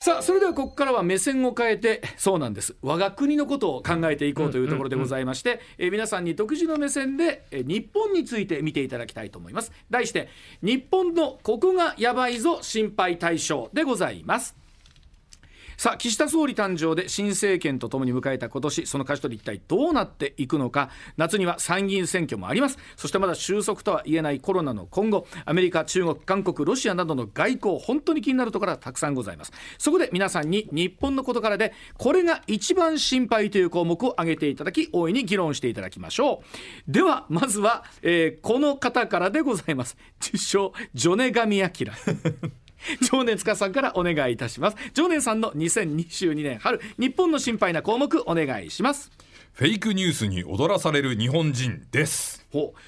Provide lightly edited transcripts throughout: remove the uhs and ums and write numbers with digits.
さあそれではここからは目線を変えて、そうなんです、我が国のことを考えていこうというところでございまして、皆さんに独自の目線で日本について見ていただきたいと思います。題して日本のここがやばいぞ心配対象でございます。さあ岸田総理誕生で新政権とともに迎えた今年、その舵取り一体どうなっていくのか。夏には参議院選挙もあります。そしてまだ収束とは言えないコロナの今後、アメリカ、中国、韓国、ロシアなどの外交、本当に気になるところはたくさんございます。そこで皆さんに日本のことからでこれが一番心配という項目を挙げていただき、大いに議論していただきましょう。ではまずは、この方からでございます。受賞ジョネガミアキラ常念司さんからお願いいたします。常念さんの2022年春日本の心配な項目お願いします。 フェイクニュースに踊らされる日本人です。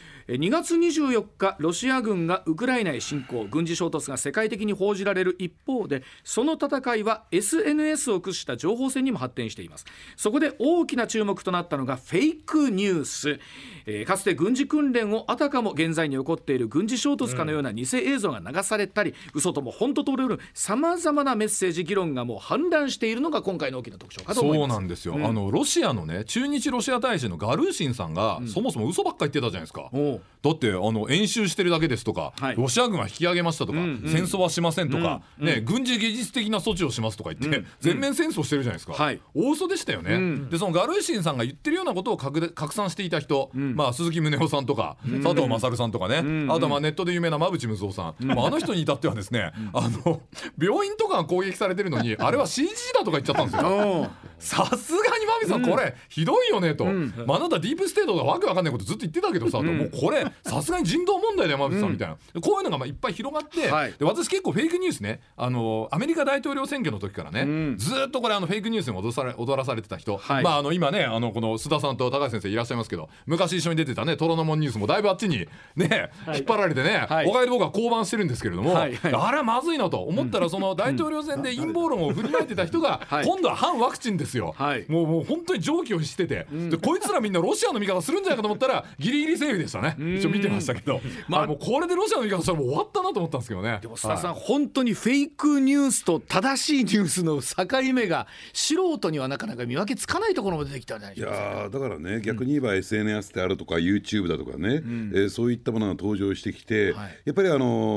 2月24日ロシア軍がウクライナへ侵攻、軍事衝突が世界的に報じられる一方で、その戦いは SNS を駆使した情報戦にも発展しています。そこで大きな注目となったのがフェイクニュース、かつて軍事訓練をあたかも現在に起こっている軍事衝突かのような偽映像が流されたり、嘘とも本当と取れるさまざまなメッセージ議論がもう氾濫しているのが今回の大きな特徴かと思います。 そうなんですよ、ロシアのね、駐日ロシア大使のガルーシンさんが、そもそも嘘ばっか言ってたじゃないですか。だって演習してるだけですとか、ロシア軍は引き上げましたとか、戦争はしませんとか、軍事技術的な措置をしますとか言って、全面戦争してるじゃないですか。大嘘でしたよね。でそのガルーシンさんが言ってるようなことを拡散していた人、鈴木宗男さんとか、佐藤勝さんとかね、あとはネットで有名な馬淵睦夫さん、あの人に至ってはですね、病院とかが攻撃されてるのにあれは CG だとか言っちゃったんですよ。さすがに馬淵さん、これひどいよねと、あなたディープステートがわけわかんないことずっと言ってたけどさ、もうこれさすがに人道問題だよ馬淵さんみたいな、こういうのがいっぱい広がって、で私結構フェイクニュースね、アメリカ大統領選挙の時からね、ずっとこれフェイクニュースに踊らされてた人、今ねこの須田さんと高橋先生いらっしゃいますけど、昔一緒に出てたね虎ノ門ニュースもだいぶあっちにね、引っ張られてね、おかげで僕は降板してるんですけれども、あれはまずいなと思ったら、その大統領選で陰謀論を振りまいてた人が今度は反ワクチンですよ。もう本当に常軌を逸してて、でこいつらみんなロシアの味方するんじゃないかと思ったらギリギリセーフでしたね。一応見てましたけど、もうこれでロシアの味方したらもう終わったなと思ったんですけどね。 でも須田さん、本当にフェイクニュースと正しいニュースの境目が素人にはなかなか見分けつかないところも出てきたんじゃないでしょうか。 いやだからね、逆に言えば SNS であるとか YouTube だとかね、そういったものが登場してきて、やっぱり我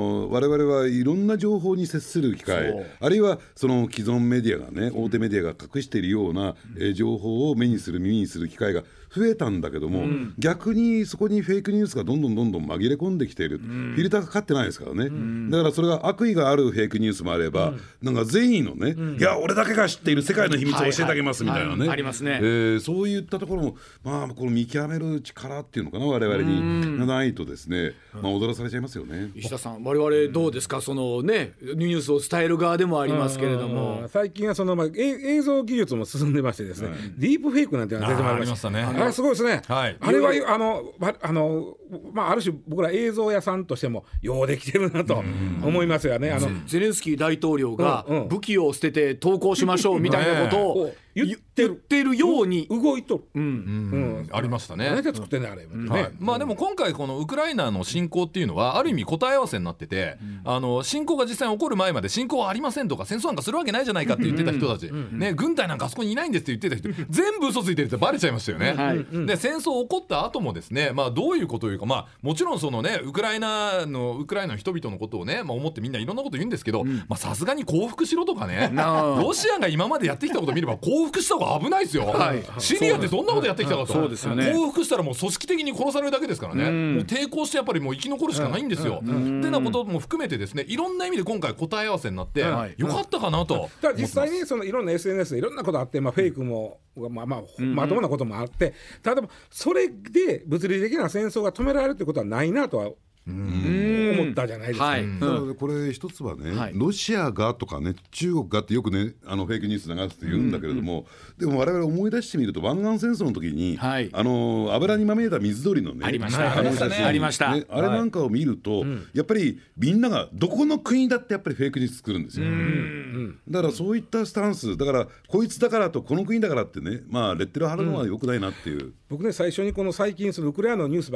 々はいろんな情報に接する機会、あるいはその既存メディアがね、大手メディアが隠しているような、情報を目にする耳にする機会が増えたんだけども、逆にそこにフェイクニュースがどんどん紛れ込んできている、フィルターがかかってないですからね、だからそれが悪意があるフェイクニュースもあれば、なんか善意のね、いや俺だけが知っている世界の秘密を教えてあげますみたいなね、 ありますね。 そういったところもこの見極める力っていうのかな、我々にないとですね、踊らされちゃいますよね。 石田さん、我々どうですか、そのねニュースを伝える側でもありますけれども、 最近はその、映像技術も進んでましてですね、ディープフェイクなんていうのが出てまいりましたね。あれすごいですね。あれはある種僕ら映像屋さんとしてもようできてるなと思いますよね。 ゼレンスキー大統領が武器を捨てて投降しましょうみたいなことを言ってるように動いとる、 ありましたね。 何で作ってんねあれ、 でも今回このウクライナの侵攻っていうのはある意味答え合わせになってて、侵攻が実際に起こる前まで侵攻はありませんとか戦争なんかするわけないじゃないかって言ってた人たち、軍隊なんかあそこにいないんですって言ってた人全部嘘ついてるってバレちゃいましたよね。で戦争起こった後もですね、どういうことというか、もちろんそのねウクライナの人々のことをね、思ってみんないろんなこと言うんですけど、さすがに降伏しろとかね、ロシアが今までやってきたことを見れば降伏した方が危ないですよ。シリアってどんなことやってきたかと、降伏したらもう組織的に殺されるだけですからね、もう抵抗してやっぱりもう生き残るしかないんですよ。ってなことも含めてですね、いろんな意味で今回答え合わせになってよかったかなと。 実際にそのいろんな SNS でいろんなことあって、フェイクもまともなこともあって、例えばそれで物理的な戦争が止められるってことはないなとは思ったじゃないですか。 これ一つはね、ロシアがとかね、中国がってよくねフェイクニュース流すって言うんだけれども、でも我々思い出してみると湾岸戦争の時に、油にまみれた水鳥のね、 ありましたあれなんかを見ると、やっぱりみんながどこの国だってやっぱりフェイクニュース作るんですよ。だからそういったスタンスだから、こいつだからとこの国だからってね、レッテル貼るのは良くないなっていう。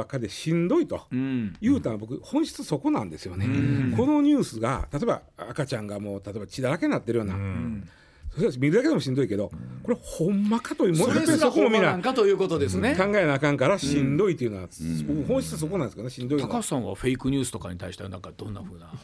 僕ね、最初にこの最近そのウクライナのニュースばっかりでしんどいと言うたら、僕本質そこなんですよね。このニュースが例えば赤ちゃんがもう例えば血だらけになってるような、それ見るだけでもしんどいけど、これほんまかという、 それすらほんまなんかということですね。 考えなあかんからしんどいというのは、本質はそこなんですけどね、しんどいのは。 高橋さんはフェイクニュースとかに対してはなんかどんな風な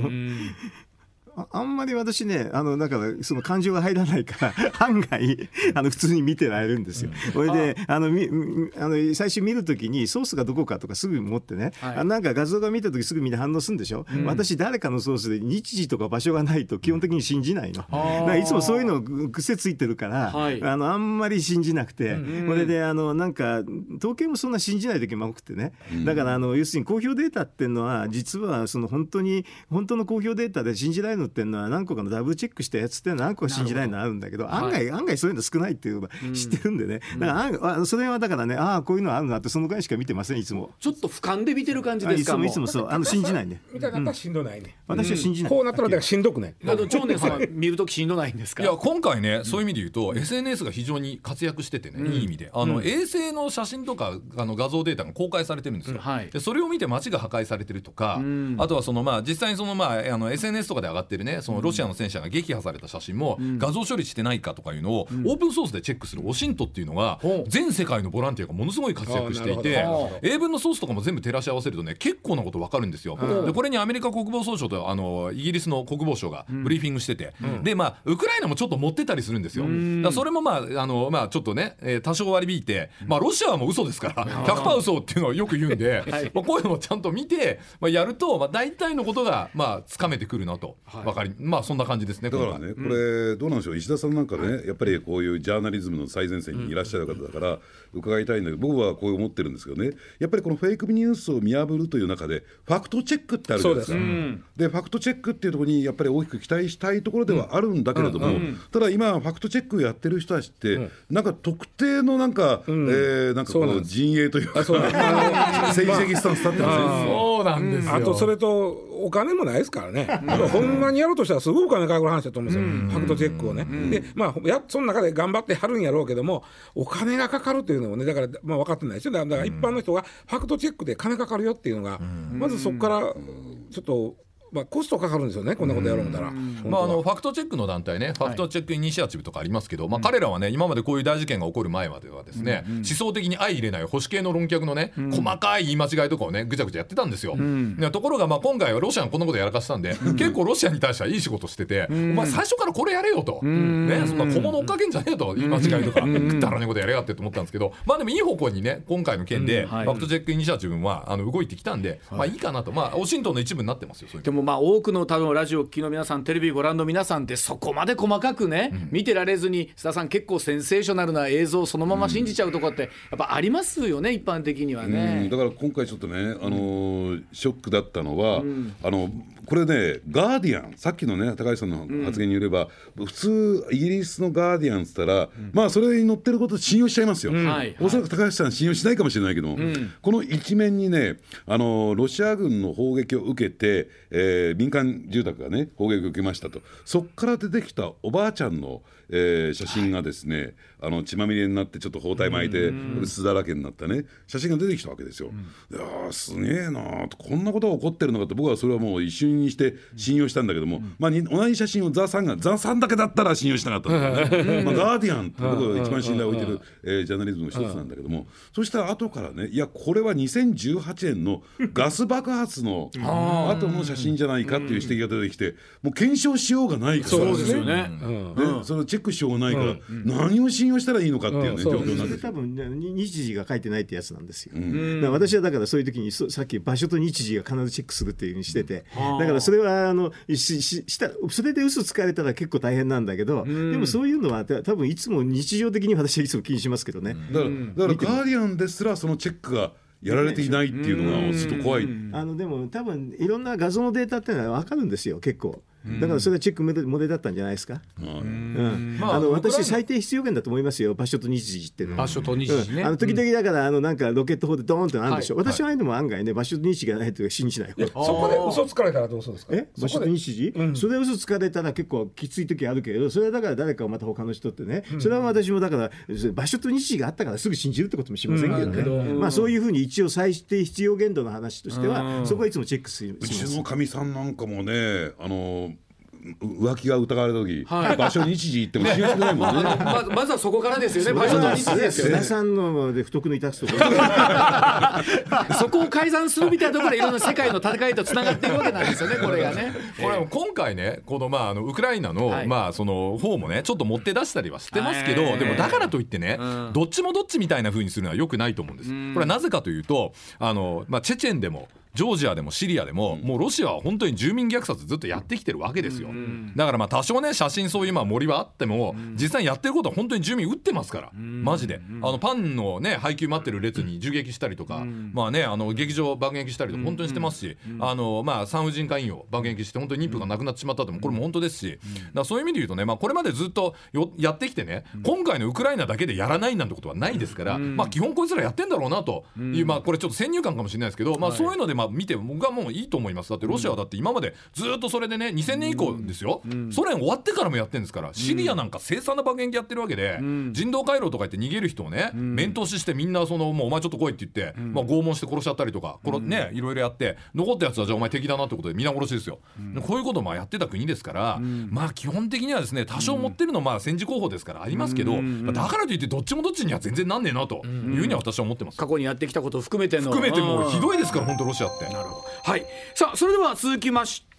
あんまり私ね、だからその感情が入らないから案外普通に見てられるんですよ。それで最初見るときにソースがどこかとかすぐ持ってね、なんか画像が見たときすぐみんな反応するんでしょ、私誰かのソースで日時とか場所がないと基本的に信じないの。だからいつもそういうの癖ついてるから、あんまり信じなくて、これでなんか統計もそんな信じない時も多くてね、だから要するに公表データっていうのは実はその本当の公表データで信じられるのっていうのは何個かのダブルチェックしたやつっていうのは何個か信じられるのあるんだけど、案外そういうの少ないっていうのは知ってるんでね、だからそれはだからね、こういうのあるなってそのぐらいしか見てません。いつもちょっと俯瞰で見てる感じですか。 いつもそう信じないね。 みたいなったらしんどないね。 私は信じない。 こうなったらだからしんどくね。 長年さんは見るときしんどないんですか。 いや今回ね、そういう意味で言うと SNS が非常に活躍しててね、いい意味で衛星の写真とか画像データが公開されてるんですよ。でそれを見て街が破壊されてるとか、あとはその実際にそのSNS とかで上がってるね、そのロシアの戦車が撃破された写真も画像処理してないかとかいうのをオープンソースでチェックするオシントっていうのが全世界のボランティアがものすごい活躍していて、英文のソースとかも全部照らし合わせるとね、結構なこと分かるんですよ。でこれにアメリカ国防総省とイギリスの国防省がブリーフィングしてて、でウクライナもちょっと持ってたりするんですよ。だからそれもちょっとね、多少割り引いて、ロシアはもう嘘ですから 100% 嘘っていうのをよく言うんで、こういうのもちゃんと見てやると大体のことがつかめてくるなと分かり、そんな感じですね。 だからね、これどうなんでしょう、石田さんなんかね、やっぱりこういうジャーナリズムの最前線にいらっしゃる方だから伺いたいんだけど、僕はこう思ってるんですけどね、やっぱりこのフェイクニュースを見破るという中でファクトチェックってあるじゃないですか。でファクトチェックっていうところにやっぱり大きく期待したいところではあるんだけれども、ただ今ファクトチェックをやってる人たちって、なんか特定のなんかこの陣営というか政治的スタンス立ってますね。 そうなんですよ。 あとそれとお金もないですからね。ほんまにやろうとしたらすごいお金かかる話だと思うんですよ、ファクトチェックをね。でその中で頑張ってはるんやろうけども、お金がかかるというのもね、だから分かってないですよ。だから一般の人がファクトチェックで金かかるよっていうのが、まずそこからちょっとコストかかるんですよね、こんなことやろう思ったら。 ファクトチェックの団体ね、ファクトチェックイニシアチブとかありますけど、彼らはね、今までこういう大事件が起こる前まではですね、思想的に相入れない保守系の論客のね、細かい言い間違いとかをねぐちゃぐちゃやってたんですよ。ところが今回はロシアがこんなことやらかしたんで、結構ロシアに対してはいい仕事してて、お前最初からこれやれよと、ね、そんな小物追っかけんじゃねえと、言い間違いとかくったらねえことやれやってと思ったんですけど、でもいい方向にね、今回の件でファクトチェックイニシアチブは動いてきたんで、いいかなと。オシントの一部になってますよ。そういうでも多くのラジオを聴きの皆さん、テレビご覧の皆さんってそこまで細かくね、見てられずに、須田さん結構センセーショナルな映像をそのまま信じちゃうとこってやっぱありますよね、一般的にはね。 だから今回ちょっとね、ショックだったのは、これね、ガーディアン、さっきのね高橋さんの発言によれば、普通イギリスのガーディアンって言ったら、それに載ってることを信用しちゃいますよ。おそらく高橋さん信用しないかもしれないけど、この一面にね、ロシア軍の砲撃を受けて、民間住宅がね砲撃を受けましたと、そこから出てきたおばあちゃんの、写真がですね、血まみれになってちょっと包帯巻いて薄だらけになったね写真が出てきたわけですよ。いやーすげえなと、こんなことが起こってるのかと、僕はそれはもう一瞬にして信用したんだけども、同じ写真をザ・さんだけだったら信用しなかったんだけどねガーディアンって僕が一番信頼を置いてる、ジャーナリズムの一つなんだけども、そしたら後からね、いやこれは2018年のガス爆発の後の写真じゃないかっていう指摘が出てきて、もう検証しようがないから、 そうですよね、 そのチェックしようがないから、何を信用したらいいのかっていうね、状況なんです。 それ多分日時が書いてないってやつなんですよ。だから私はだからそういう時にさっき場所と日時が必ずチェックするっていう風にしてて、だからそれはそれで嘘つかれたら結構大変なんだけど、でもそういうのは多分いつも日常的に私はいつも気にしますけどね。 だからガーディアンですらそのチェックがやられていないっていうのがちょっと怖い。 でも多分いろんな画像のデータっていうのは分かるんですよ、結構。 だからそれはチェック漏れだったんじゃないですか。私最低必要源だと思いますよ、場所と日時っていうのは。 場所と日時ね、 時々だからなんかロケット砲でドーンってなるでしょ、私はああいうのも案外ね場所と日時がないと信じない。 そこで嘘つかれたらどうするんですか。 場所と日時、それ嘘つかれたら結構きつい時あるけど、それはだから誰かをまた他の人ってね、それは私もだから場所と日時があったからすぐ信じるってこともしませんけどね、そういうふうに一応最低必要限度の話としてはそこはいつもチェックする。 うちのかみさんなんかもね、浮気が疑われた時、場所日時言っても信用しないもんね。 まずはそこからですよね。場所と日時ですよね。 皆さんので不徳の致すところそこを改ざんするみたいなところでいろんな世界の戦いとつながっているわけなんですよね、これがね。 これ今回ね、このウクライナのその方もねちょっと持って出したりはしてますけど、でもだからといってね、どっちもどっちみたいな風にするのは良くないと思うんです。これはなぜかというと、チェチェンでもジョージアでもシリアでも、もうロシアは本当に住民虐殺ずっとやってきてるわけですよ。だから多少ね写真そういう森はあっても、実際にやってることは本当に住民撃ってますから、マジでパンのね配給待ってる列に銃撃したりとか、劇場爆撃したりとか本当にしてますし、産婦人科医院を爆撃して本当に妊婦が亡くなってしまったともこれも本当ですし、だからそういう意味で言うとね、これまでずっとやってきてね、今回のウクライナだけでやらないなんてことはないですから、基本こいつらやってんだろうなという、これちょっと先入観かもしれないですけど、そういうので見て僕はもういいと思います。だってロシアはだって今までずっとそれでね、2000年以降ですよ、ソ連終わってからもやってるんですから、シリアなんか凄惨な爆撃やってるわけで、人道回廊とか言って逃げる人をね、面通ししてみんなもうお前ちょっと来いって言って、拷問して殺しちゃったりとか、これねいろいろやって、残ったやつはじゃあお前敵だなってことで皆殺しですよ。こういうことをやってた国ですから、基本的にはですね、多少持ってるの戦時候補ですからありますけど、だからといってどっちもどっちには全然なんねえなというふうには私は思ってます。 過去にやってきたことを含めてもうひどいですから本当ロシアって。 なるほど。はい、さあそれでは続きまして、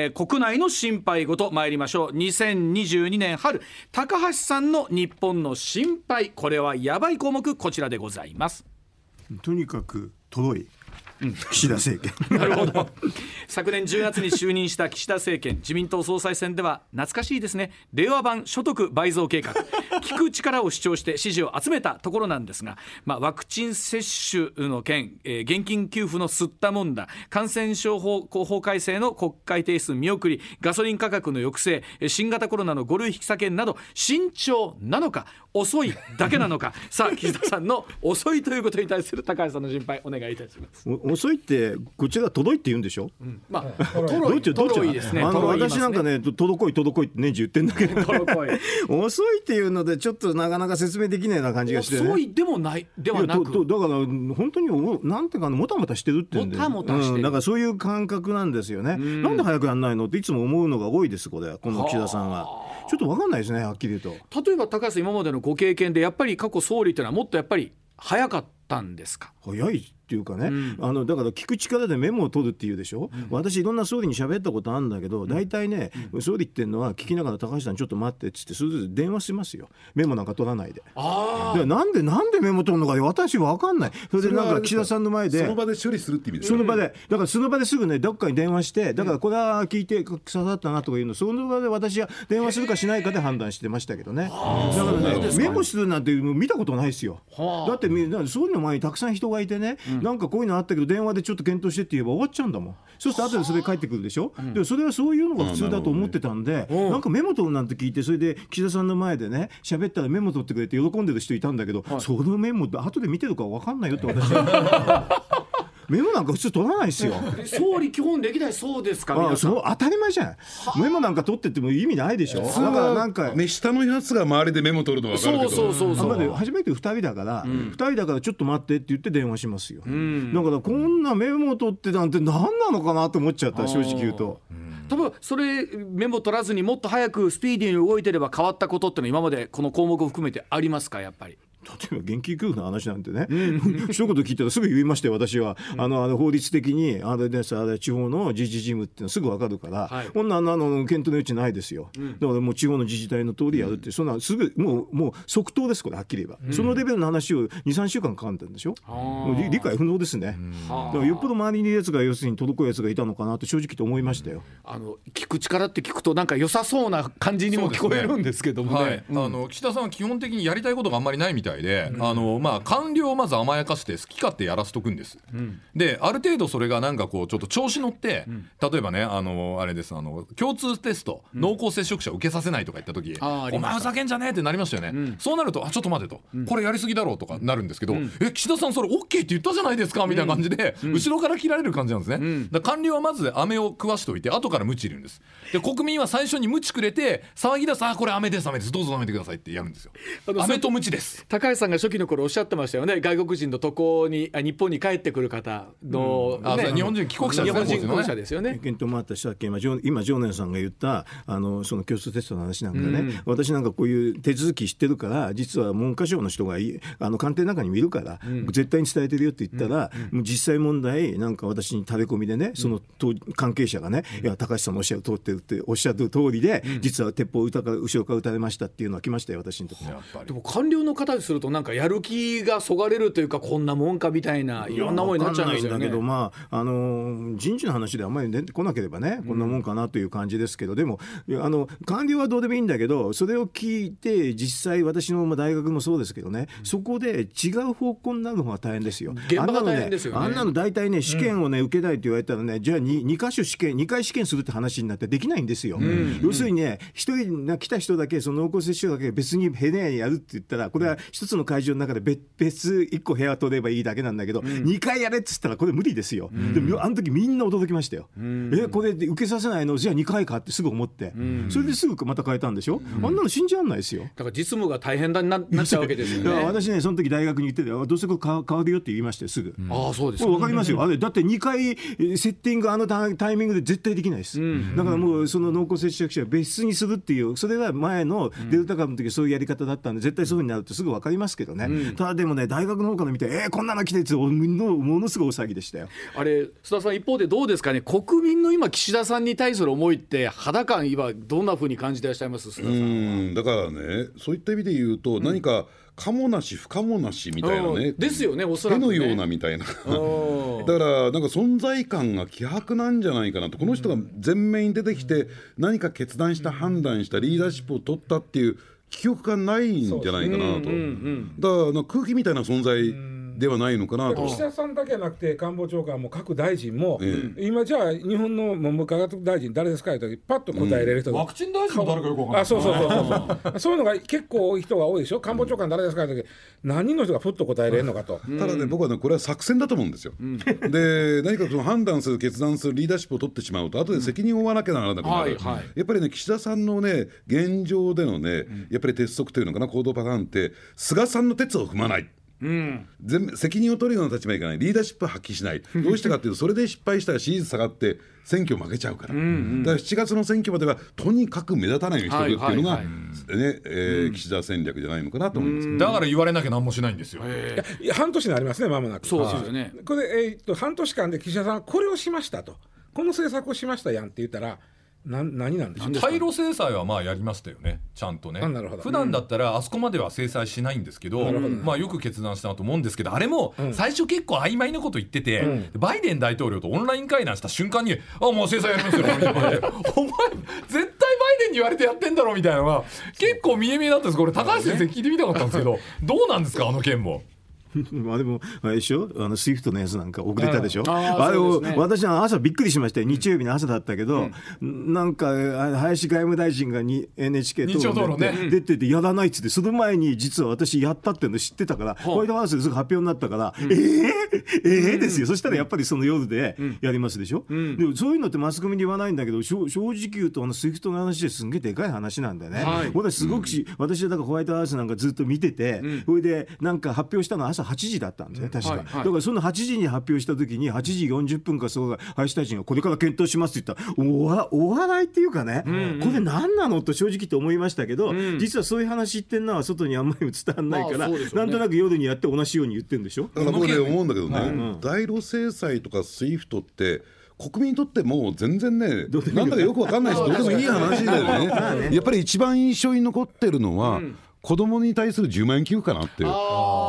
国内の心配事参りましょう。2022年春、高橋さんの日本の心配、これはやばい項目、こちらでございます。 とにかく届い岸田政権なるほど。昨年10月に就任した岸田政権、自民党総裁選では懐かしいですね、令和版所得倍増計画聞く力を主張して支持を集めたところなんですが、ワクチン接種の件、現金給付のすったもんだ、感染症法改正の国会提出見送り、ガソリン価格の抑制、新型コロナの5類引き下げなど、慎重なのか遅いだけなのかさあ岸田さんの遅いということに対する高橋さんの心配お願いいたします。 遅いってこちら届いって言うんでしょ。 トロいですね。 私なんかね、届こいって年中言ってんだけど遅いっていうのでちょっとなかなか説明できないような感じがして、 遅いでもないではなく、 だから本当になんていうかもたもたしてるっていうんで、だからそういう感覚なんですよね。なんで早くやんないのっていつも思うのが多いです。この岸田さんはちょっと分かんないですね、はっきり言うと。 例えば高橋さん、今までのご経験でやっぱり過去総理というのはもっとやっぱり早かったんですか。 早いっていうかね、だから聞く力でメモを取るっていうでしょ、私いろんな総理に喋ったことあるんだけど、大体ね、総理っていうのは聞きながら高橋さんちょっと待ってっつってそれぞれ電話しますよ、メモなんか取らないで。なんでメモ取るのか私分かんない。それでなんか岸田さんの前でその場で処理するって意味ですよ。その場でだからその場ですぐねどっかに電話して、だからこれは聞いて刺さったなとかいうのその場で私は電話するかしないかで判断してましたけどね。だからねメモするなんて見たことないですよ。だって総理の前にたくさん人がいてね、なんかこういうのあったけど電話でちょっと検討してって言えば終わっちゃうんだもん。そうすると後でそれ返ってくるでしょ、でそれはそういうのが普通だと思ってたんで、なんかメモ取るなんて聞いて、それで岸田さんの前でね喋ったらメモ取ってくれて喜んでる人いたんだけど、そのメモ後で見てるか分かんないよって私メモなんか普通取らないですよ。 総理基本歴代そうですか。 そう当たり前じゃない。メモなんか取ってても意味ないでしょ。だからなんか下のやつが周りでメモ取るの分かるけど、 初めて2人だから、ちょっと待ってって言って電話しますよ。だからこんなメモ取ってなんて何なのかなと思っちゃった、正直言うと。 多分それメモ取らずにもっと早くスピーディーに動いてれば変わったことってのは今までこの項目を含めてありますか。やっぱり例えば現金給付の話なんてね、一言聞いたらすぐ言いましたよ私は。法律的にあれ地方の自治事務っていうのはすぐ分かるから、こんな検討の余地ないですよ。だからもう地方の自治体の通りやるって、そんなすぐもう即答です。これはっきり言えば、そのレベルの話を 2,3 週間かかってるんでしょ。理解不能ですね。だからよっぽど周りにいるやつが要するに届くやつがいたのかなと正直と思いましたよ。 聞く力って聞くとなんか良さそうな感じにも聞こえるんですけどもね。 岸田さんは基本的にやりたいことがあんまりないみたいたいで、官僚をまず甘やかして好き勝手やらせとくんです、である程度それがなんかこうちょっと調子乗って、例えばねあれです共通テスト、濃厚接触者を受けさせないとか言った時、お前ふざけんじゃねえってなりましたよね、そうなるとちょっと待てと、これやりすぎだろうとかなるんですけど、岸田さんそれ OK って言ったじゃないですかみたいな感じで、後ろから切られる感じなんですね、だから官僚はまず飴を食わしておいて後からムチ入れるんです。で国民は最初にムチくれて騒ぎ出す、これ飴です飴です、どうぞ舐めてくださいってやるんですよ。飴とムチです。 高橋さんが初期の頃おっしゃってましたよね、外国人の渡航に日本に帰ってくる方の、 日本人帰国者ですね、 日本人帰国者ですよね。 検討もあったし、今常念さんが言ったその共通テストの話なんかね、私なんかこういう手続き知ってるから、実は文科省の人が官邸の中に見るから、絶対に伝えてるよって言ったら、実際問題なんか私に垂れ込みでね、その関係者がね、いや高橋さんのおっしゃる通ってるっておっしゃる通りで、実は鉄砲を後ろから撃たれましたっていうのは来ましたよ、私のところ。 でも官僚の方にするとなんかやる気がそがれるというか、こんなもんかみたいないろんな思いになっちゃうんですよね。 だけど人事の話であんまり出てこなければね、こんなもんかなという感じですけど、でも官僚はどうでもいいんだけど、それを聞いて実際私の大学もそうですけどね、そこで違う方向になる方が大変ですよ。 現場が大変ですよね。 あんなの大体ね、試験をね受けないと言われたらね、じゃあ2回試験するって話になってできないんですよ。要するにね、一人来た人だけ、その濃厚接触者だけ別に部屋にやるって言ったら、これは一つの会場の中で別1個部屋を取ればいいだけなんだけど、2回やれって言ったらこれ無理ですよ。でもあの時みんな驚きましたよ。これで受けさせないの、じゃあ2回かってすぐ思って、それですぐまた変えたんでしょ。あんなの信じらんないですよ。 だから実務が大変だになっちゃうわけですよね。 私ね、その時大学に行ってて、どうせこれ変わるよって言いましてすぐ。 そうですか。 分かりますよ。だって2回セッティングタイミングで絶対できないです。だからもうその濃厚接触者を別にするっていう、それが前のデルタ株の時そういうやり方だったんで、絶対そういう風になるってすぐ分かりますけどね、ただでもね、大学の方から見てこんなの来てってものすごい大騒ぎでしたよ。 あれ須田さん、一方でどうですかね、国民の今岸田さんに対する思いって肌感今どんな風に感じていらっしゃいます？須田さんは。 だからね、そういった意味で言うと、何か可もなし不可もなしみたいなね、 ですよね、おそらくね、 手のようなみたいなだからなんか存在感が希薄なんじゃないかなと。この人が前面に出てきて何か決断した判断したリーダーシップを取ったっていう記憶がないんじゃないかなと。だから空気みたいな存在ではないのかなと。 岸田さんだけじゃなくて官房長官も各大臣も、今じゃあ日本の文部科学大臣誰ですかってパッと答えれる人が、 ワクチン大臣も誰かよく分かんない。 そういうのが結構多い人が多いでしょ。官房長官誰ですかって何人の人がふっと答えれるのかと。 ただね、僕はねこれは作戦だと思うんですよ。で何かその判断する決断するリーダーシップを取ってしまうと後で責任を負わなきゃならなくなる。やっぱりね、岸田さんのね現状でのねやっぱり鉄則というのかな、行動パターンって菅さんの鉄を踏まない、責任を取るような立場にいかない、リーダーシップを発揮しない。どうしてかっていうと、それで失敗したら支持率下がって選挙負けちゃうから、だから7月の選挙まではとにかく目立たないようにしておくっていうのが、岸田戦略じゃないのかなと思います。 だから言われなきゃ何もしないんですよ。 いや半年になりますね、間もなく。 そうですよね。 これ、半年間で岸田さんはこれをしましたと、この政策をしましたやんって言ったら何なんでしょうね。 対ロ制裁はまあやりましたよね、ちゃんとね。普段だったらあそこまでは制裁しないんですけど、まあよく決断したなと思うんですけど、あれも最初結構曖昧なこと言ってて、バイデン大統領とオンライン会談した瞬間にもう制裁やりますよお前絶対バイデンに言われてやってんだろみたいなのが結構見え見えだったんです。これ高橋先生聞いてみたかったんですけどどうなんですか、あの件も。 まあでもあれでしょ、スイフトのやつなんか遅れたでしょ。あれを、私は朝びっくりしましたよ。日曜日の朝だったけど、なんか林外務大臣がNHK 討論で出ててやらないっつって、その前に実は私やったっていうの知ってたから、ホワイトハウスですぐ発表になったから、ですよ。そしたらやっぱりその夜でやりますでしょ。でもそういうのってマスコミに言わないんだけど、正直言うとスイフトの話ですんげえでかい話なんだよね。すごく私はだからホワイトハウスなんかずっと見てて、それでなんか発表したのは朝8時だったんですね、確か。だからその8時に発表した時に8時40分かそうが林大臣がこれから検討しますって言ったらお笑いっていうかね、これ何なのと正直と思いましたけど、実はそういう話言ってんのは外にあんまり伝わらないから、なんとなく夜にやって同じように言ってるんでしょ。 だから僕ね思うんだけどね、大ロ制裁とかスイフトって国民にとっても全然ね、なんだかよく分かんないしどうでもいい話だよね。やっぱり一番印象に残ってるのは、子供に対する10万円給付かなっていう。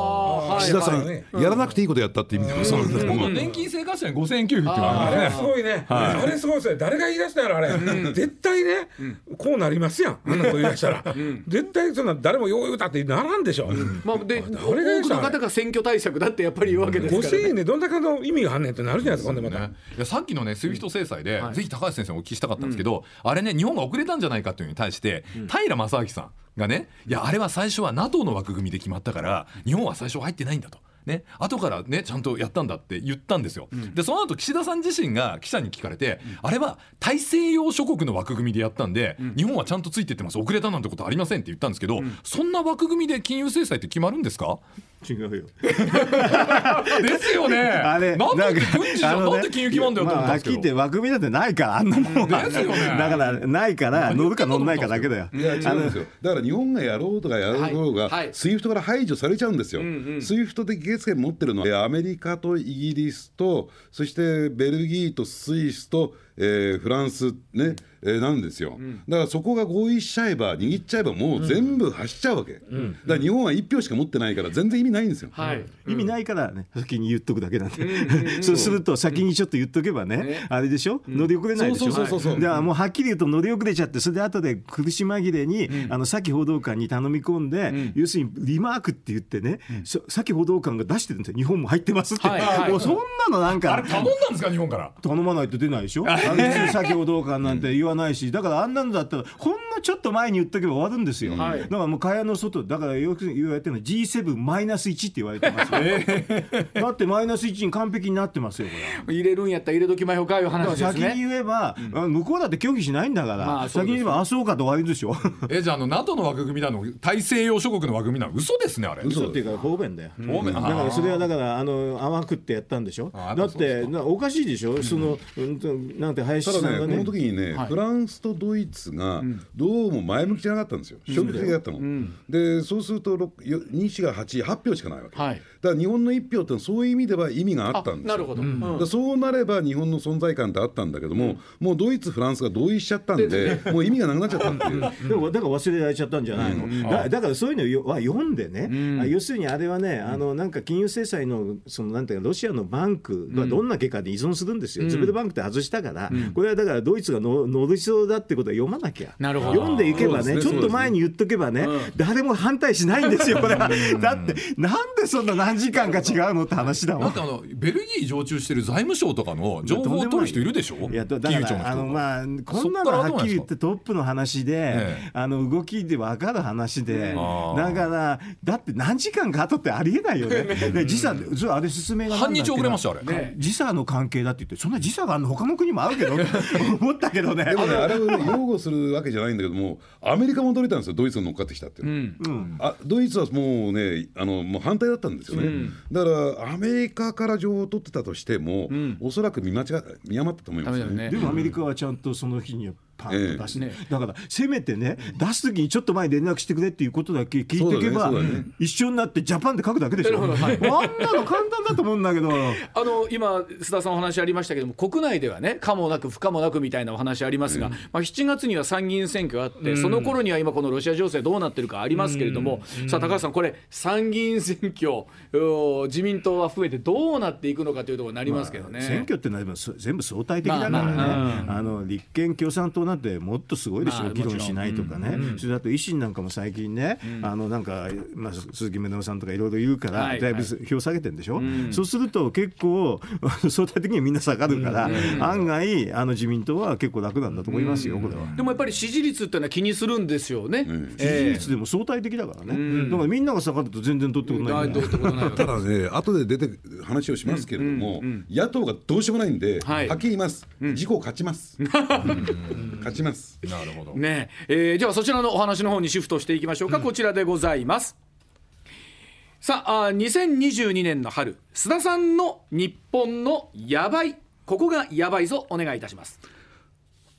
岸田さん、やらなくていいことやったって意味でもそうなんだけど、 年金生活者に5000円給付っていうのはあれすごいね、あれすごいですね。誰が言い出したやろあれ、絶対ね、こうなりますやん、あんなこと言い出したら、絶対そんな誰もよう言うたってならんでしょ。 で多くの方が選挙対策だってやっぱり言うわけですからね。 5000円でどんだけの意味があんねんってなるじゃないですか。ほんでまたいやさっきのねスイフト制裁で、ぜひ高橋先生にお聞きしたかったんですけど、あれね日本が遅れたんじゃないかというのに対して、平正明さんがね、いやあれは最初は NATO の枠組みで決まったから日本は最初入ってないんだと。ね、後からねちゃんとやったんだって言ったんですよ、でその後岸田さん自身が記者に聞かれて、あれは大西洋諸国の枠組みでやったんで、日本はちゃんとついてってます、遅れたなんてことありませんって言ったんですけど、そんな枠組みで金融制裁って決まるんですか？ 違うよですよね。 あれなんで軍事じゃん、なんで金融決まるんだよと思ったんですけど、 はっきり言って枠組みだってないから、あんなもんはですよねだからないから乗るか乗んないかだけだよ。 いや違うんですよ。だから日本がやろうとかやろうが、スイフトから排除されちゃうんですよ。スイフトで議決権持ってるのはアメリカとイギリスと、そしてベルギーとスイスと、フランスね、なんですよ。だからそこが合意しちゃえば、握っちゃえばもう全部走っちゃうわけ、だから日本は1票しか持ってないから全然意味ないんですよ、 意味ないからね先に言っとくだけなんでそうすると先にちょっと言っとけばね、あれでしょ、乗り遅れないでしょ。だからもうはっきり言うと乗り遅れちゃって、それで後で苦し紛れに先報道官に頼み込んで、要するにリマークって言ってね、先報道官が出してるんですよ、日本も入ってますって、もうそんなのなんかあれ頼んだんですか、日本から。 頼まないと出ないでしょ。先報道官なんて言わないし、だからあんなのだったらほんのちょっと前に言っとけば終わるんですよ、だからもう蚊帳の外だから、よく言われてるの G7-1 って言われてますよ、だってマイナス1に完璧になってますよ、これ入れるんやったら入れときましょうかいう話ですね。 先に言えば、向こうだって協議しないんだから、先に言えばそうかと終わりでしょじゃあNATO の枠組みなの、大西洋諸国の枠組みなの、嘘ですねあれ。 嘘っていうか方便だよ、だからそれはだから甘くってやったんでしょ。だっておかしいでしょ、そのなんて林さんがね、 この時にね、フランスとドイツがどうも前向きじゃなかったんですよ、消極的だったの、でそうすると2、4が8票しかないわけ、だから日本の1票ってそういう意味では意味があったんですよ。 なるほど、 そうなれば日本の存在感ってあったんだけども、もうドイツフランスが同意しちゃったんで、もう意味がなくなっちゃったっていうでもだから忘れられちゃったんじゃないの、だからそういうのは読んでね、要するにあれはね、なんか金融制裁のなんていうかロシアのバンクがどんな結果で依存するんですよ、ズベルバンクって外したから、これはだからドイツが乗りそうだってことは読まなきゃ、読んでいけばね、ちょっと前に言っとけばね、誰も反対しないんですよこれはだってなんでそんな何時間か違うのって話だもん。 だってベルギー常駐してる財務省とかの情報を取る人いるでしょ。 いやだからこんなのはっきり言ってトップの話で、動きで分かる話で、だからだって何時間か後ってありえないよねで時差あれ説明が半日遅れましたあれ、 時差の関係だって言って、そんな時差があるの他の国もあるけど思ったけどね。 でもね、あれを擁護するわけじゃないんだけども、アメリカも驚いたんですよ、ドイツが乗っかってきたって、ドイツはもうねもう反対だったんですよね、だからアメリカから情報を取ってたとしても、おそらく見余ったと思いますよね。 でもアメリカはちゃんとその日にはパンと出して、だからせめてね、出す時にちょっと前に連絡してくれっていうことだけ聞いていけば、一緒になってジャパンで書くだけでしょ。あんなの簡単だと思うんだけど今須田さんお話ありましたけども、国内ではね可もなく不可もなくみたいなお話ありますが、7月には参議院選挙があって、その頃には今このロシア情勢どうなってるかありますけれども、さあ高橋さん、これ参議院選挙自民党は増えてどうなっていくのかというところになりますけどね、 選挙ってのは全部相対的だからね、立憲共産党なんてもっとすごいでしょ、議論しないとかね、それだと維新なんかも最近ね、なんか、鈴木宗男さんとかいろいろ言うから、だいぶ票下げてるんでしょ、そうすると結構相対的にはみんな下がるから、案外自民党は結構楽なんだと思いますよ、これは。 でもやっぱり支持率ってのは気にするんですよね、 支持率でも相対的だからね、だからみんなが下がると全然取ってこないただね、後で出て話をしますけれども、野党がどうしようもないんで、はっきり言います、自公勝ちます勝ちます。 なるほどね。ではそちらのお話の方にシフトしていきましょうか、こちらでございます。さあ2022年の春、須田さんの日本のやばい、ここがやばいぞ、お願いいたします。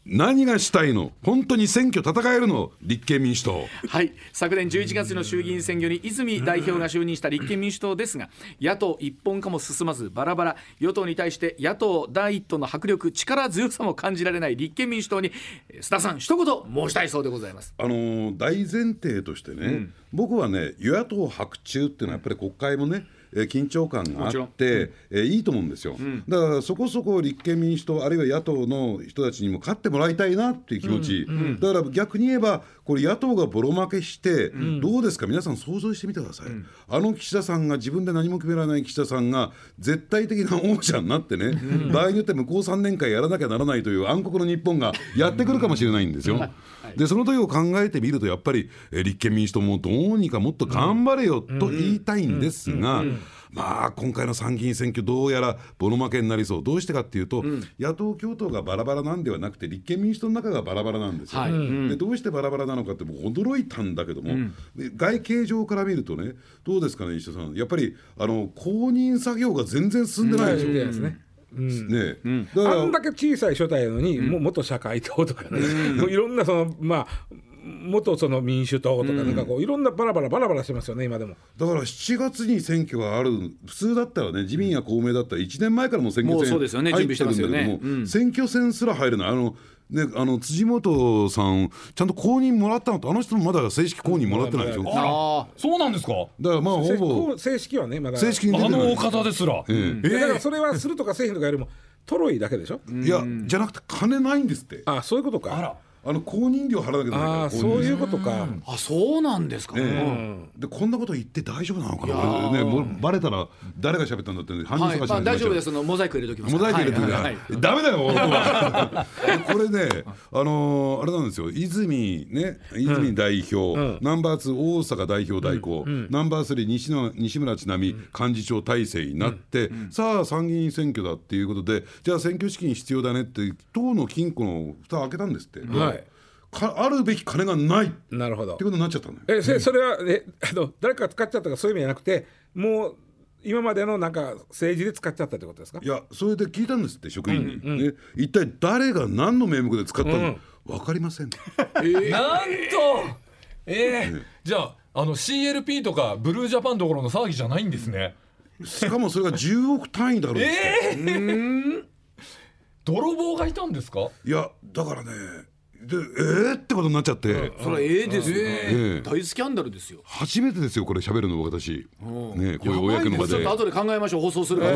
何がしたいの、本当に選挙戦えるの、立憲民主党。 はい、昨年11月の衆議院選挙に泉代表が就任した立憲民主党ですが、野党一本化も進まずバラバラ、与党に対して野党第一党の迫力、力強さも感じられない立憲民主党に須田さん一言申したいそうでございます。 大前提としてね、僕はね、与野党伯仲っていうのはやっぱり国会もね緊張感があって、いいと思うんですよ、だからそこそこ立憲民主党あるいは野党の人たちにも勝ってもらいたいなっていう気持ち、だから逆に言えばこれ野党がボロ負けして、どうですか皆さん想像してみてください、岸田さんが自分で何も決められない岸田さんが絶対的な王者になってね、場合によって向こう3年間やらなきゃならないという暗黒の日本がやってくるかもしれないんですよ、でその時を考えてみるとやっぱり立憲民主党もどうにかもっと頑張れよと言いたいんですが、まあ今回の参議院選挙どうやらボロ負けになりそう。どうしてかっていうと、野党共闘がバラバラなんではなくて立憲民主党の中がバラバラなんですよ、でどうしてバラバラなのかって僕驚いたんだけども、外形上から見るとね、どうですかね石田さん、やっぱり公認作業が全然進んでないでしょ、ですね。 だからあんだけ小さい所帯なのに、元社会党とかね、いろんな元その民主党とかなんかこういろんなバラバラしてますよね今でも。だから7月に選挙がある、普通だったらね、自民や公明だったら1年前からも選挙戦入ってるんだけども、選挙戦すら入れない。辻元さんちゃんと公認もらったのと、あの人もまだ正式公認もらってないでしょ。 そうなんですか。 だからまあほぼ正式はねまだ正式に出てない。 お方ですら、 だからそれはするとかせえへんとかよりもトロイだけでしょ。 いやじゃなくて金ないんですって。 そういうことか。 あら公認料払わなきゃならないから。 そういうことか。 そうなんですか、 でこんなこと言って大丈夫なのかな、もうバレたら誰が喋ったんだって犯人探しになっちゃう。 大丈夫です。モザイク入れときます。 モザイク入れときダメだよこれねあれなんですよ、泉代表、ナンバー2大阪代表代行、ナンバー3西村智奈美幹事長体制になって、さあ参議院選挙だっていうことで、じゃあ選挙資金必要だねって党の金庫の蓋開けたんですって、あるべき金がないなるほどってことになっちゃったのよ。 それは誰かが使っちゃったとかそういう意味じゃなくて、もう今までのなんか政治で使っちゃったってことですか。 いやそれで聞いたんですって職員に、一体誰が何の名目で使ったの、分かりません。 なんとじゃあCLP とかブルージャパンどころの騒ぎじゃないんですね。 しかもそれが10億単位だろう泥棒がいたんですか。 いやだからねってことになっちゃって、 それですよ、大スキャンダルですよ。 初めてですよこれ喋るの私ね、こういう公の場で。 ちょっと後で考えましょう、放送するから。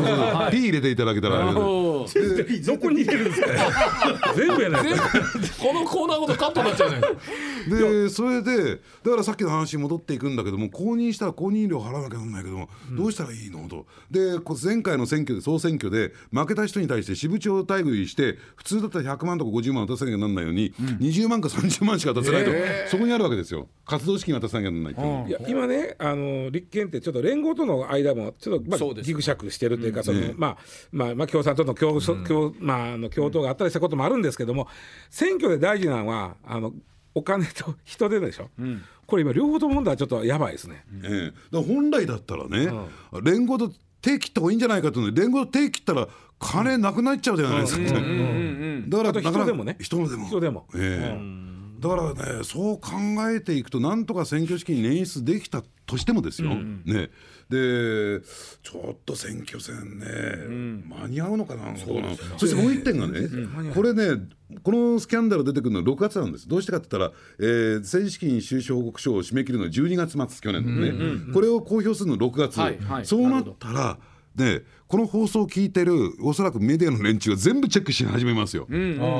P 入れていただけたら。 どこに入れるんですか。全部やないか。 このコーナーごとカットになっちゃうね。 でそれでだからさっきの話に戻っていくんだけども、公認したら公認料払わなきゃならないけども、どうしたらいいのと。で前回の選挙で総選挙で負けた人に対して支部長待遇して、普通だったら100万とか50万渡さなきゃならないのに、20万か30万しか渡せないと、そこにあるわけですよ。活動資金渡さなきゃならないと。 いや今ね立憲ってちょっと連合との間もちょっとギクシャクしてるというか、共産党の共闘があったりしたこともあるんですけども、選挙で大事なのはお金と人手でしょ、これ今両方とも問題はちょっとやばいですね。 だから本来だったらね、連合と手切った方がいいんじゃないかというので、連合と手切ったら金なくなっちゃうじゃないですか。だから人でもね、 人でもだからね、そう考えていくとなんとか選挙資金捻出できたとしてもですよ、ね、でちょっと選挙戦ね、間に合うのかな。そしてもう一点がね、これねこのスキャンダル出てくるのは6月なんです。どうしてかって言ったら、政治資金収支報告書を締め切るのは12月末、去年のね、これを公表するの6月、そうなったらでこの放送を聞いてるおそらくメディアの連中が全部チェックし始めますよ。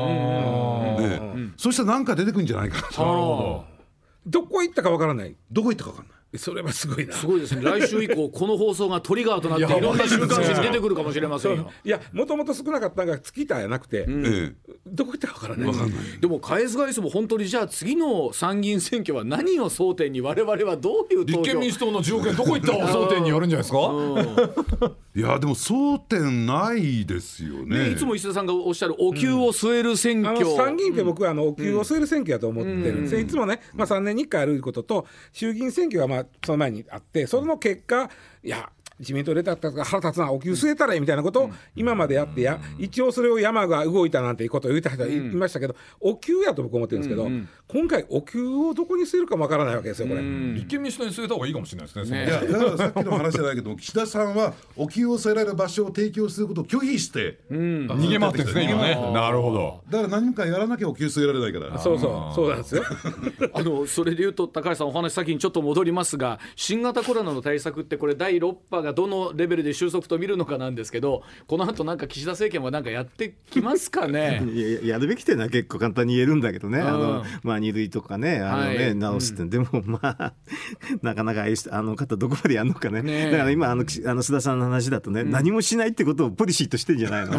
そしたら何か出てくるんじゃないかなと。 どこ行ったかわからない。 どこ行ったかわからない。 それはすごいな。 すごいですね。来週以降この放送がトリガーとなっていろんな週刊誌に出てくるかもしれませんよ。 いやもともと少なかったのが尽きたやなくて、どこ行ったかわからない。 でも返す返すも本当にじゃあ次の参議院選挙は何を争点に我々はどういう投票。 立憲民主党の条件どこ行った争点にやるんじゃないですか。 いやでも争点ないですよね。 いつも石田さんがおっしゃるお灸を据える選挙、 参議院って僕はお灸を据える選挙だと思ってるんです。いつもね、3年に1回あることと衆議院選挙がその前にあって、その結果いや自民党出たったから腹立つな、お給据えたらいいみたいなことを今までやって一応それを山が動いたなんていうことを言った人はいましたけど、お給やと僕思ってるんですけど、今回お給をどこに据えるかもわからないわけですよこれ。 立憲民主党に据えた方がいいかもしれないですね。 いやだからさっきの話じゃないけど岸田さんはお給を据えられる場所を提供することを拒否して、 逃げ回ってるんですね今ね。なるほど。 だから何かやらなきゃお給据えられないから。 そうなんですよそれでいうと高橋さんお話先にちょっと戻りますが、新型コロナの対策ってこれ第6波がどのレベルで収束と見るのかなんですけど、この後なんか岸田政権はなんかやってきますかねやるべきっていうのは結構簡単に言えるんだけどね、2類とかね直すって、でもなかなかあの方どこまでやるのかね。だから今須田さんの話だとね、何もしないってことをポリシーとしてんじゃないのだ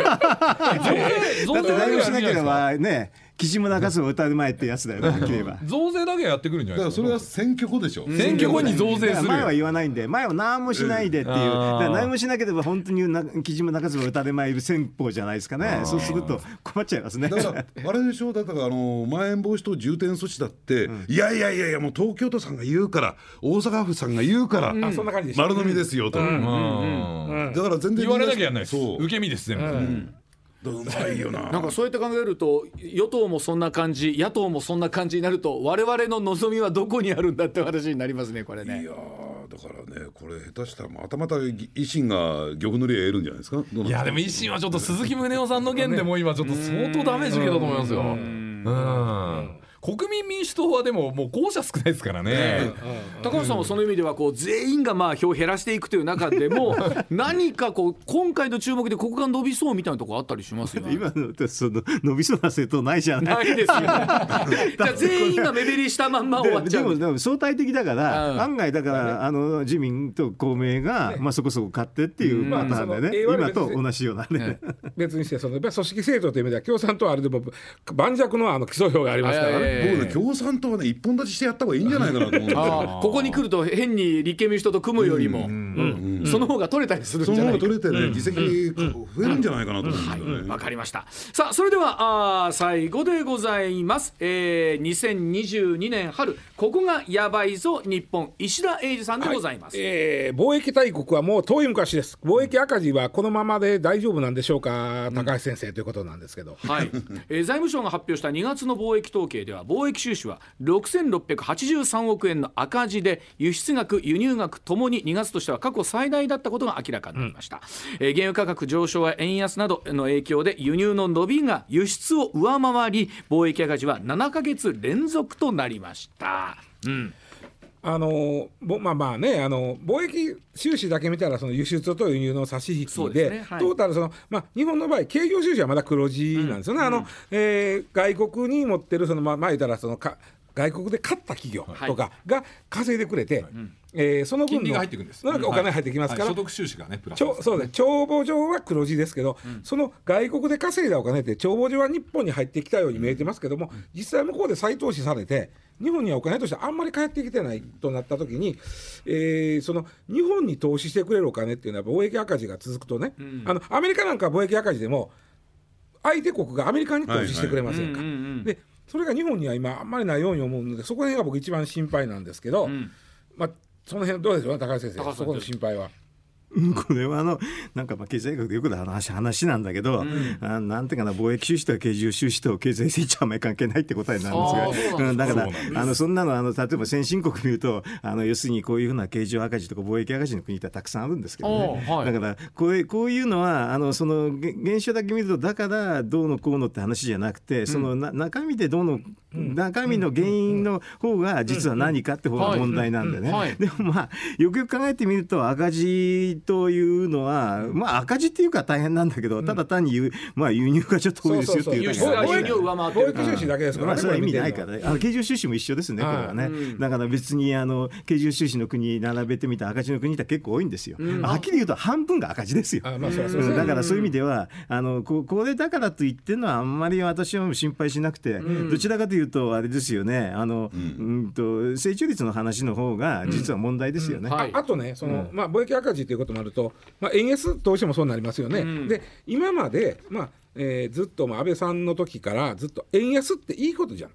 って何もしなければね、岸村かすを歌う前ってやつだよね、はば増税だけやってくるんじゃないですか。 だからそれは選挙後でしょ。 選挙後に増税する。 前は言わないんで、前は何もしないでっていう、だから何もしなければ本当に岸村かすを歌で参る戦法じゃないですかね。そうすると困っちゃいますね。 だからあれでしょ、だからまん延防止等重点措置だって、いやもう東京都さんが言うから大阪府さんが言うから、丸飲みですよと、だから全然言われなきゃやんないです。受け身です全部。 うまいよな。 なんかそうやって考えると与党もそんな感じ野党もそんな感じになると、我々の望みはどこにあるんだって話になりますねこれね。 いやだからね、これ下手したらまた維新が玉乗り得るんじゃないですか。 いやでも維新はちょっと鈴木宗男さんの件でも今ちょっと相当ダメージ受けたと思いますよ。国民民主党はでももう候補者少ないですからね。 高橋さんはその意味では全員が票を減らしていくという中でも何か今回の注目でここが伸びそうみたいなところあったりしますよね。 今のその伸びそうな政党ないじゃん。 ないですよねじゃあ全員が目減りしたまんま終わっちゃう。 でも相対的だから、案外だから自民と公明がそこそこ勝ってっていうパターンでね、今と同じようなね。 別にして組織政党という意味では共産党はあれでも盤石の基礎票がありますからね。 僕ね、共産党はね一本立ちしてやった方がいいんじゃないかなと思うんですよ。 ここに来ると変に立憲民主党と組むよりも、その方が取れたりするんじゃないか。 その方が取れてね、議席増えるんじゃないかなと思うんですよね。 わかりました。さあそれでは最後でございます。2022年春、ここがやばいぞ日本、石田英二さんでございます。 貿易大国はもう遠い昔です。貿易赤字はこのままで大丈夫なんでしょうか、高橋先生ということなんですけど、 はい財務省が発表した2月の貿易統計では、貿易収支は6683億円の赤字で、輸出額輸入額ともに2月としては過去最大だったことが明らかになりました。原油価格上昇や円安などの影響で輸入の伸びが輸出を上回り、貿易赤字は7ヶ月連続となりました。 貿易収支だけ見たらその輸出と輸入の差し引き で、トータル日本の場合経常収支はまだ黒字なんですよね。外国に持ってる言ったら外国で買った企業とかが稼いでくれて、その分のお金入ってきますから、 所得収支がねプラス、 そうね、帳簿上は黒字ですけど、その外国で稼いだお金って帳簿上は日本に入ってきたように見えてますけども、実際向こうで再投資されて日本にはお金としてあんまり返ってきてないとなった時に、その日本に投資してくれるお金っていうのは貿易赤字が続くとね、アメリカなんか貿易赤字でも相手国がアメリカに投資してくれませんか。でそれが日本には今あんまりないように思うので、そこら辺が僕一番心配なんですけど、その辺どうでしょうね、高橋先生、そこの心配は。 これはなんか経済学でよくある話なんだけど、なんていうかな、貿易収支と経常収支と経済成長はあまり関係ないって答えになるんですが、だからそんなの例えば先進国見ると要するにこういうふうな経常赤字とか貿易赤字の国ってたくさんあるんですけどね、だからこういうのはその現象だけ見るとだからどうのこうのって話じゃなくて、その中身で中身の原因の方が実は何かって方が問題なんでね。でもよくよく考えてみると赤字というのは、赤字っていうか大変なんだけど、ただ単に輸入がちょっと多いですよっていうだけで、 貿易収支だけですから、 それは意味ないからね。経常収支も一緒ですね、これはね。だから別に経常収支の国並べてみた赤字の国って結構多いんですよ。はっきり言うと半分が赤字ですよ。だからそういう意味ではこれだからといってのはあんまり私は心配しなくて、どちらかというとあれですよね、成長率の話の方が実は問題ですよね。 あとね、貿易赤字ということもあると、円安どうしてもそうなりますよね。で今まで、ずっと安倍さんの時からずっと円安っていいことじゃんと。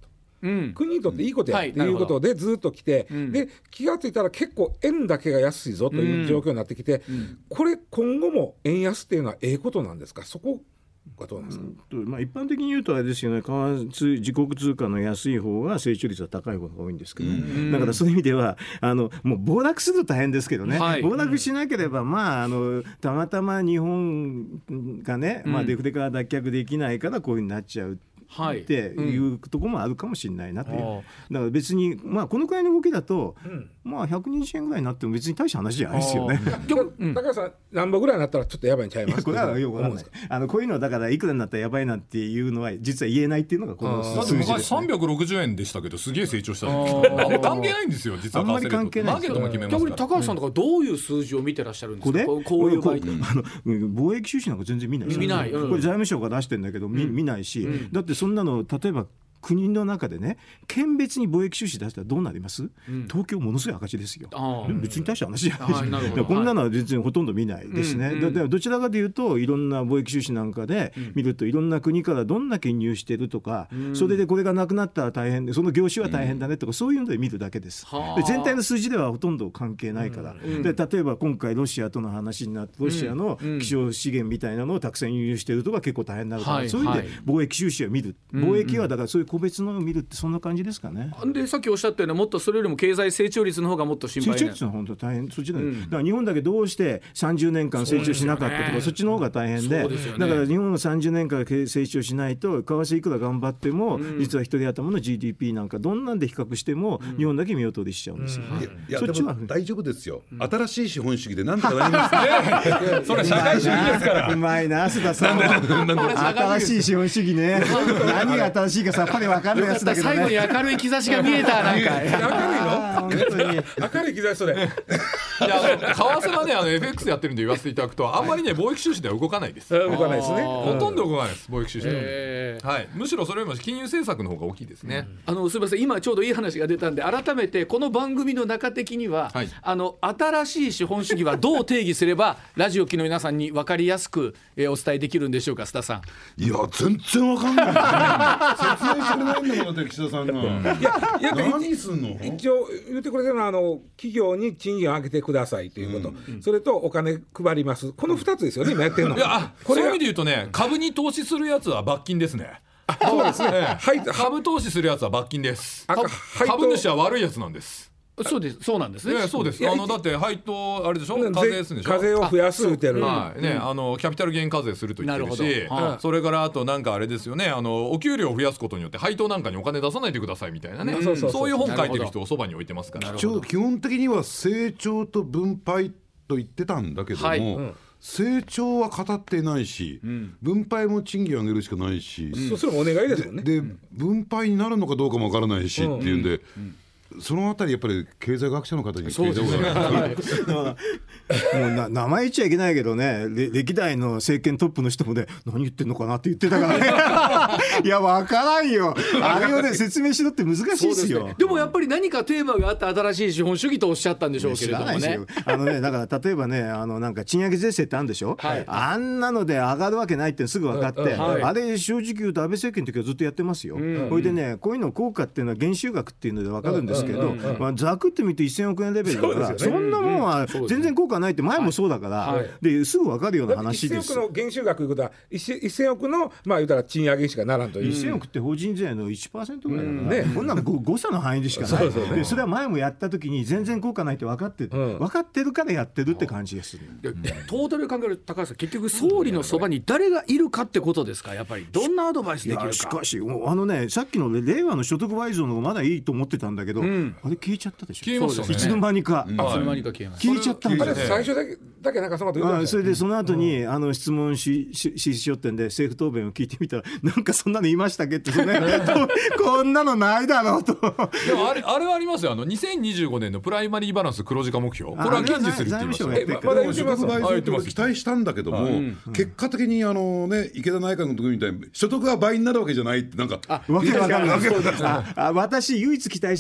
国にとっていいことやっていうことでずっと来て、で気がついたら結構円だけが安いぞという状況になってきて、これ今後も円安っていうのはええことなんですか？そこがどうなんですか？ 一般的に言うとあれですよね、自国通貨の安い方が成長率は高い方が多いんですけど、だからそういう意味ではもう暴落すると大変ですけどね、暴落しなければ、たまたま日本がね、デフレから脱却できないからこういうふうになっちゃうっていうところもあるかもしれないなという、だから別に、このくらいの動きだと、120円ぐらいになっても別に大した話じゃないですよね。 高橋さん何本ぐらいになったらちょっとやばいんちゃいますか？ これはよくわかんないこういうのだからいくらになったらやばいなっていうのは実は言えないっていうのがこの数字です、ね。 昔360円でしたけどすげえ成長したんですけど、あんま関係ないんですよ実は。 あんまり関係ない。 マーケットも決めますから。 逆に高橋さんとかどういう数字を見てらっしゃるんですか？こういう場合貿易収支なんか全然見ないです。見ない、これ財務省が出してるんだけど見ないし、だってそんなの例えば国の中でね、県別に貿易収支出したらどうなります？東京ものすごい赤字ですよ。別に大した話じゃないし、こんなのは全然ほとんど見ないですね。どちらかというといろんな貿易収支なんかで見ると、いろんな国からどんだけ輸入してるとか、それでこれがなくなったら大変で、その業種は大変だねとか、そういうので見るだけです。で全体の数字ではほとんど関係ないから、で例えば今回ロシアとの話になって、ロシアの希少資源みたいなのをたくさん輸入してるとか結構大変になるから、そういう意味で貿易収支を見る、貿易はだからそういう個別のを見るってそんな感じですかね。 でさっきおっしゃったような、もっとそれよりも経済成長率の方がもっと心配な。 成長率の本当大変、そっちだから日本だけどうして30年間成長しなかったとか、そっちの方が大変で、だから日本が30年間成長しないと、為替いくら頑張っても、実は一人頭の GDP なんかどんなんで比較しても、日本だけ見劣りしちゃうんですよ。 いやそっちは大丈夫ですよ。新しい資本主義で何とかなりますね。 それ社会主義ですから。 うまいな須田さん。新しい資本主義ね。何が新しいかさっぱり分かんないやつだけどね。 最後に明るい兆しが見えた。なんか明るいの？明るい兆しそれ。 いや為替はねFX やってるんで言わせていただくと、あんまりね貿易収支では動かないです。 動かないですね。 ほとんど動かないです貿易収支で、むしろそれよりも金融政策の方が大きいですね。 すみません、今ちょうどいい話が出たんで、改めてこの番組の中的には、新しい資本主義はどう定義すればラジオ機の皆さんに分かりやすくお伝えできるんでしょうか？須田さん。 いや全然わかんない。説明してくれないんだもん、だって岸田さんが。何すんの？ 一応言ってくれてるのは企業に賃金を上げてくださいということ、それとお金配ります、この2つですよね今やってるの。 いやそういう意味で言うとね、株に投資するやつは罰金ですね。 そうですね、 株投資するやつは罰金です。株主は悪いやつなんです。 そうなんですね。 そうです。だって配当あれでしょ、課税するんでしょ。 課税を増やすってる、 キャピタルゲイン課税すると言ってるし、それからあとなんかあれですよね、お給料を増やすことによって配当なんかにお金出さないでくださいみたいなね、そういう本書いてる人をそばに置いてますから。 基本的には成長と分配と言ってたんだけども、成長は語っていないし、分配も賃金を上げるしかないし、 それもお願いですもんね。 で分配になるのかどうかもわからないしっていうんで、そのあたりやっぱり経済学者の方に聞いた方がいい。 もう名前言っちゃいけないけどね、歴代の政権トップの人もね、何言ってんのかなって言ってたからね。いや分からんよ、あれをね説明しろって難しいですよ。 でもやっぱり何かテーマがあって新しい資本主義とおっしゃったんでしょうけれどもね。 だから例えばね、なんか賃上げ税制ってあるんでしょ、あんなので上がるわけないってすぐ分かって、あれ正直言うと安倍政権の時はずっとやってますよ。それでね、こういうの効果っていうのは減収額っていうので分かるんですけど、ざくって見て1000億円レベルだから、そんなもんは全然効果ないって前もそうだから、ですぐ分かるような話です。 1000億の減収額ということは1000億の言うたら賃上げしかならんという。 1000億って法人税の 1% ぐらいだからね、こんなの誤差の範囲でしかない。でそれは前もやった時に全然効果ないって分かってる、分かってるからやってるって感じです。 トータルで考えると高橋さん、結局総理のそばに誰がいるかってことですか？やっぱりどんなアドバイスできるか。 しかしさっきの令和の所得倍増の方がまだいいと思ってたんだけど、あれ消えちゃったでしょ。 消えましたね。 いつの間にか消えちゃったんだよ。 最初だけなんかその後言ったんですよ。 それでその後に質問しよってんで政府答弁を聞いてみたら、なんかそんなの言いましたっけって、こんなのないだろうと。 でもあれはありますよ。2025年のプライマリーバランス黒字化目標、これは堅持するって言いましたよ。 まだ所得倍増と期待したんだけども、結果的に池田内閣の時みたいに所得が倍になるわけじゃないって、なんかわけわかんない。私唯一期待してたの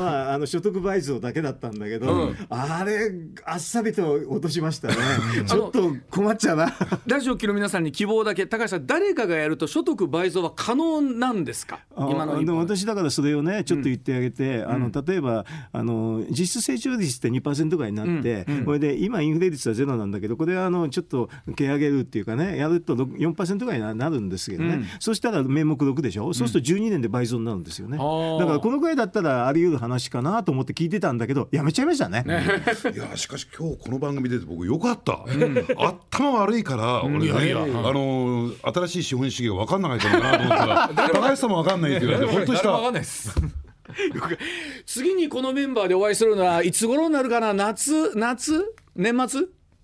は所得倍増だけだったんだけど、あれあっさりと落としましたねちょっと困っちゃうなラジオ機の皆さんに希望だけ、高橋さん、誰かがやると所得倍増は可能なんですか？今の日本。 私だからそれをねちょっと言ってあげて、例えば実質成長率って 2% ぐらいになって、これで今インフレ率はゼロなんだけど、これはちょっと蹴上げるっていうかね、やると 4% ぐらいになるんですけどね、そうしたら名目6でしょ、そうすると12年で倍増になるんですよね。だからこのぐらいだったらあり得る話かなと思って聞いてたんだけど、やめちゃいましたね。 いやしかし今日この番組出て僕よかった、頭悪いから俺ね、新しい資本主義が分かんないかなと思ったら高橋さんも分かんないって言われて本当にした。 分かんないです次にこのメンバーでお会いするのはいつ頃になるかな？夏年末？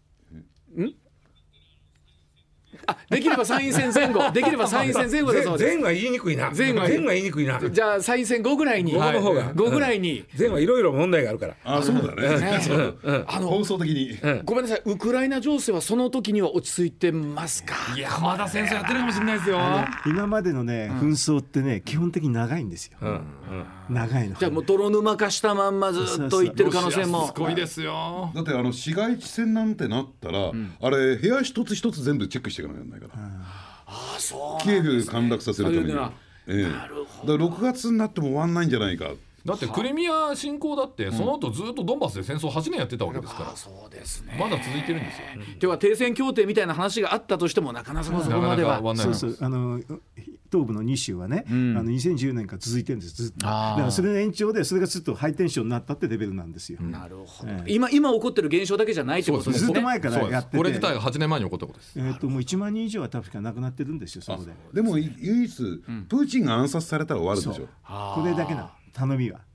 できれば参院選前後できれば参院選前後だそうです。 前は言いにくいな。前は言いにくいな。 じゃあ参院選後ぐらいに、 午後の方が後ぐらいに。 前はいろいろ問題があるから。 そうだね放送的に、 ごめんなさい、ウクライナ情勢はその時には落ち着いてますか？ いやまだ戦争やってるかもしれないですよ。 今までのね紛争ってね基本的に長いんですよ、長いの。 じゃあもう泥沼化したまんまずっと言ってる可能性もすごいですよ。 だって市街地戦なんてなったら、あれ部屋一つ一つ全部チェックしていかなきゃいけないから、キエフ陥落させるためには、だから6月になっても終わんないんじゃないか。 だってクリミア侵攻だってその後ずっとドンバスで戦争8年やってたわけですから、 そうですね、 まだ続いてるんですよ。 では停戦協定みたいな話があったとしてもなかなかそこまでは。 そうそう、東部の2州はね、2010年から続いてるんですずっと。だからそれの延長でそれがずっとハイテンションになったってレベルなんですよ。 なるほど、今起こってる現象だけじゃないってことですね。 ずっと前からやってて、 これ自体が8年前に起こったことです。 もう1万人以上は確か亡くなってるんですよそこで。 でも唯一プーチンが暗殺されたら終わるでしょ。 これだけな頼みは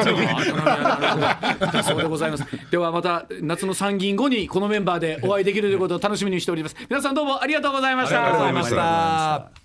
そうでございます。ではまた夏の参議院後にこのメンバーでお会いできるということを楽しみにしております。皆さんどうもありがとうございました。 ありがとうございました。